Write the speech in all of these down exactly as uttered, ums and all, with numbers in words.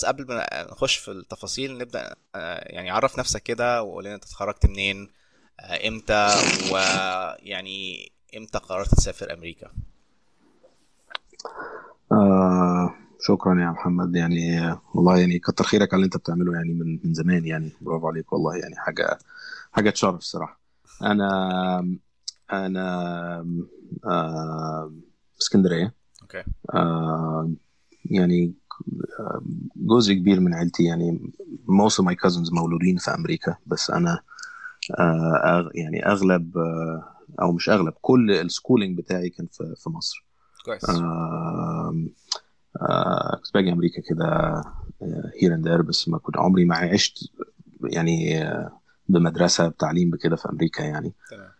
قبل ما نخش في التفاصيل نبدأ، آه، يعني عرف نفسك كده وقول لنا انت اتخرجت منين، آه، امتى، ويعني امتى قررت تسافر امريكا؟ آه شكرا يا محمد. يعني آه، والله يعني كتر خيرك على اللي انت بتعمله، يعني من من زمان، يعني برافو عليك والله. يعني حاجة حاجة تشرف الصراحة. ربنا يخليك. انا انا آه اسكندرية. اوكي. آه يعني آه، جزء كبير من عيلتي، يعني most of my cousins مولودين في امريكا، بس انا آه أغ- يعني اغلب آه او مش اغلب، كل السكولينج بتاعي كان في في مصر. كويس. آه آه كنت باجي امريكا كده هير اند ذير، بس ما كنت عمري ما عشت يعني آه، بمدرسه بتعليم بكده في امريكا يعني. تمام.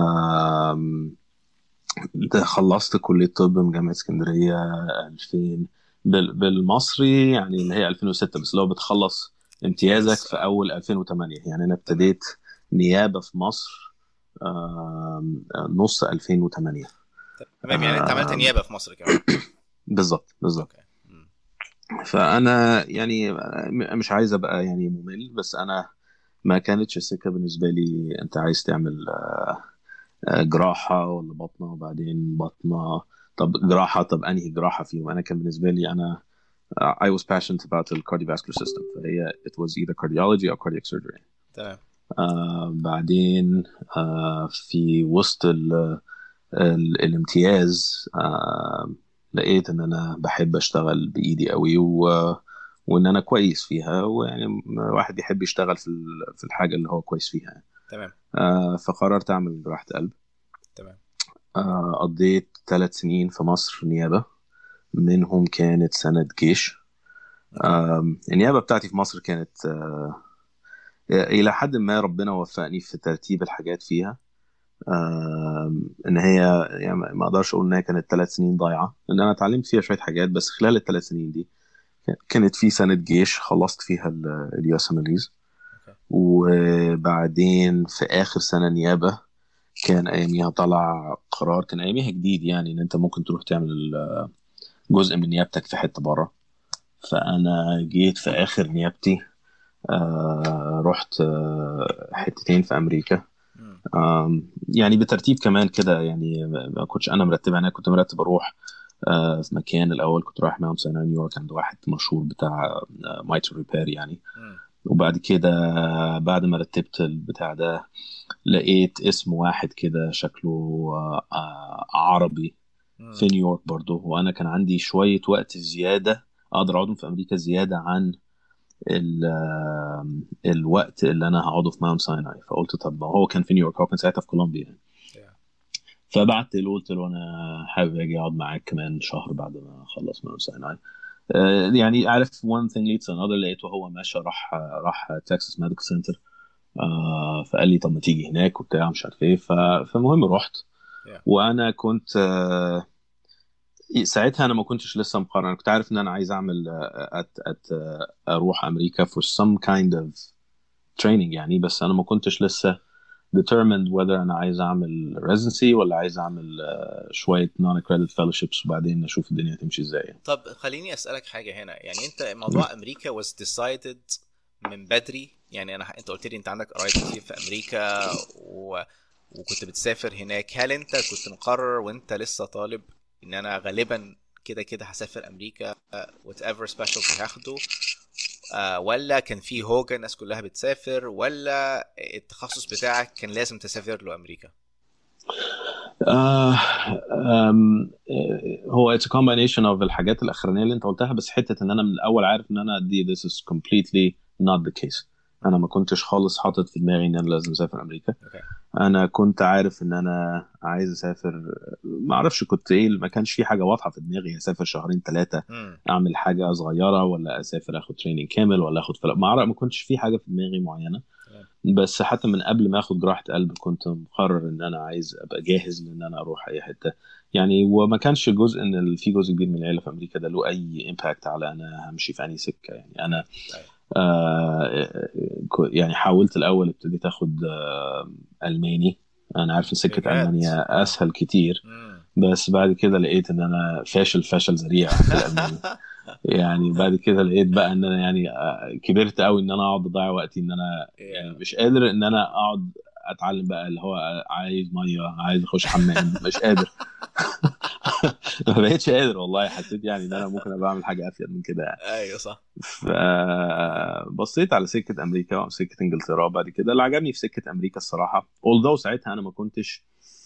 آم، ده خلصت كليه طب من جامعه اسكندريه ألفين بال- بالمصري، يعني اللي هي ألفين وستة، بس لو بتخلص امتيازك امتياز، في اه. اول ألفين وثمانية. يعني انا تمام. ابتديت نيابه في مصر آم، نص ألفين وثمانية. تمام، يعني انت عملت آم، نيابة في مصر كمان؟ بالظبط بالظبط. اوكي. مم. فانا يعني م- مش عايز ابقى يعني ممل، بس انا ما كانتش السكه بالنسبه لي انت عايز تعمل آه، جراحه ولا بطنه وبعدين بطنه. طب جراحه، طب انهي جراحه فيهم؟ انا كان بالنسبه لي انا uh, I was passionate about the cardiovascular system، فهي it was either cardiology or cardiac surgery. تمام. آه بعدين آه في وسط ال ال الامتياز آه لقيت ان انا بحب اشتغل بايدي قوي، و وان انا كويس فيها، ويعني الواحد يحب يشتغل في ال- في الحاجه اللي هو كويس فيها يعني. تمام. آه فقررت اعمل جراحه قلب. تمام. آه قضيت ثلاث سنين في مصر نيابه، منهم كانت سنه جيش. اوكي. آه النيابه بتاعتي في مصر كانت آه الى حد ما ربنا وفقني في ترتيب الحاجات فيها. آم، ان هي يعني ما اقدرش اقول ان هي كانت ثلاث سنين ضايعه، لان انا اتعلمت فيها شويه حاجات، بس خلال الثلاث سنين دي كانت في سنه جيش خلصت فيها اليو اس اماليز. اوكي. وبعدين في اخر سنه نيابه كان اياميها طلع قرار، كان اياميها جديد يعني، ان انت ممكن تروح تعمل جزء من نيابتك في حته بره. فانا جيت في اخر نيابتي آه رحت آه حتتين في امريكا. مم. آم، يعني بترتيب كمان كده، يعني ما كنتش انا مرتب، انا كنت مرتب اروح آه، في مكان. الاول كنت رايح ماونت سيناي نيويورك عند واحد مشهور بتاع مايتر ريبير يعني. مم. وبعد كده بعد ما رتبت البتاع ده لقيت اسم واحد كده شكله آه، آه، عربي في مم. نيويورك برضه، وانا كان عندي شوية وقت زيادة اقدر اقعدهم في امريكا زيادة عن ال آه، الوقت اللي انا هقعده في ماونت سيناي. فقلت طب ما هو كان في نيويورك، هو كان ساعتها في كولومبيا يعني. Yeah. فبعت له قلت له انا حابب اجي اقعد معاك كمان شهر بعد ما اخلص ماونت سيناي. آه، يعني عارف one thing leads to another، لقيته هو ماشي راح راح تكساس ميديكال سنتر. آه فقال لي طب ما تيجي هناك وبتاع مش عارف ايه. ف- فالمهم رحت. Yeah. وانا كنت آه ساعتها انا ما كنتش لسه مقرر، انا كنت عارف ان انا عايز اعمل آه، أت أت آه، اروح امريكا for some kind of training يعني، بس انا ما كنتش لسه determined whether انا عايز اعمل residency ولا عايز اعمل آه، شويه non accredited fellowships، وبعدين نشوف الدنيا هتمشي ازاي يعني. طب خليني أسألك حاجة هنا، يعني انت موضوع امريكا was decided من بدري، يعني انا انت قلت لي انت عندك قرايب كتير في امريكا و... وكنت بتسافر هناك، هل انت كنت مقرر وانت لسه طالب ان انا غالبا كده كده هسافر امريكا whatever specialty هاخده، آه ولا كان في هوجة الناس كلها بتسافر، ولا التخصص بتاعك كان لازم تسافر له امريكا؟ آه آم، آه، هو it's a combination of الحاجات الأخرانية اللي أنت قلتها، بس حتة إن أنا من الأول عارف إن أنا دي this is completely not the case. أنا مم. ما كنتش خالص حاطط في دماغي إن أنا لازم أسافر أمريكا. اوكي. أنا كنت عارف إن أنا عايز أسافر. ما أعرفش كنت إيه، ما كانش في حاجة واضحة في دماغي أسافر شهرين ثلاثة مم. أعمل حاجة صغيرة، ولا أسافر أخد تريننج كامل، ولا أخد فلا ما أعرف، ما كنتش في حاجة في دماغي معينة. تمام. بس حتى من قبل ما اخد جراحة قلب كنت مقرر ان انا عايز ابقى جاهز لان انا اروح اي حتة يعني. وما كانش جزء ان ال- في جزء كبير من العيلة في امريكا ده له اي امباكت على انا همشي في انهي سكة يعني. مم. انا طيب. آه ك- يعني حاولت الاول ابتديت اخد آه الماني. انا عارف ان سكة بجد؟ المانيا اه. اسهل كتير، مم. بس بعد كده لقيت ان انا فاشل فشل ذريع في الالماني. يعني بعد كده لقيت بقى ان انا يعني آه، كبرت قوي ان انا اقعد اضيع وقتي ان انا يعني yeah. مش قادر ان انا اقعد اتعلم بقى اللي هو عايز ميه عايز اخش حمام مش قادر. ما بقتش قادر والله. حسيت يعني ان انا ممكن ابقى اعمل حاجه افيد من كده يعني. ايوه صح. فبصيت على سكه امريكا وسكه انجلترا. بعد كده اللي عجبني في سكه امريكا الصراحه although ساعتها انا ما كنتش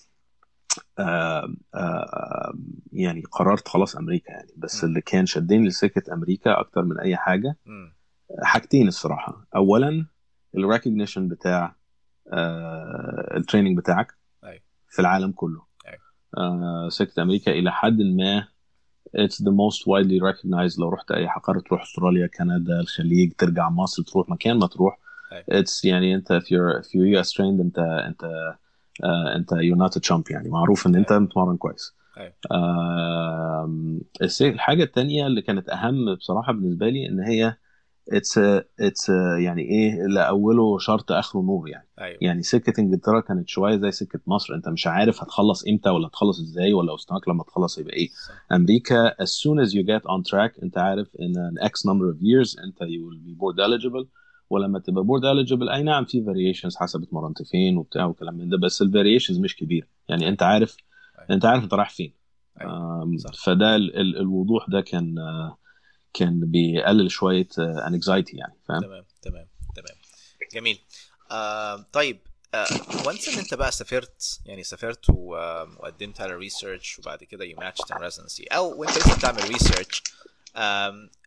آه آه يعني قررت خلاص امريكا يعني. بس مم. اللي كان شدني لسكه امريكا اكتر من اي حاجه مم. حاجتين الصراحه. اولا الريكognition بتاع آه التريننج بتاعك ايوه في العالم كله. ايوه آه سكه امريكا الى حد ما it's the most widely recognized. لو رحت اي قاره تروح استراليا كندا الخليج ترجع مصر تروح مكان ما تروح ايوه it's يعني انت if you're if you're يو إس trained انت انت آه انت you're not a champ يعني معروف ان انت ايوه متمرن كويس. ايوه آم، الس- الحاجة التانية اللي كانت أهم بصراحة بالنسبة لي إن هي اتس اتس يعني إيه اللي أوله شرط آخره نور يعني. ايوه يعني سكة إنجلترا كانت شوية زي سكة مصر. أنت مش عارف هتخلص إمتى ولا هتخلص إزاي ولا مستواك لما تخلص يبقى إيه. صح. أمريكا as soon as you get on track أنت عارف إن an X number of years أنت you will be board eligible. ولما تبقى board eligible أي نعم في variations حسب اتمرنت فين وبتاع وكلام من ده بس ال variations مش كبيرة يعني. ايوه أنت عارف ايوه أنت عارف أنت رايح فين. ايوه آم، صح. فده ال- ال- الوضوح ده كان آه، كان بيقلل شويه انكزايتي يعني فاهم. تمام تمام تمام. جميل. آه طيب. آه وانس ان انت بقى سافرت، يعني سافرت و- وقدمت على ريسيرش وبعد كده يو ماتشت ان ريزنسي، او وانت لسه بتعمل ريسيرش،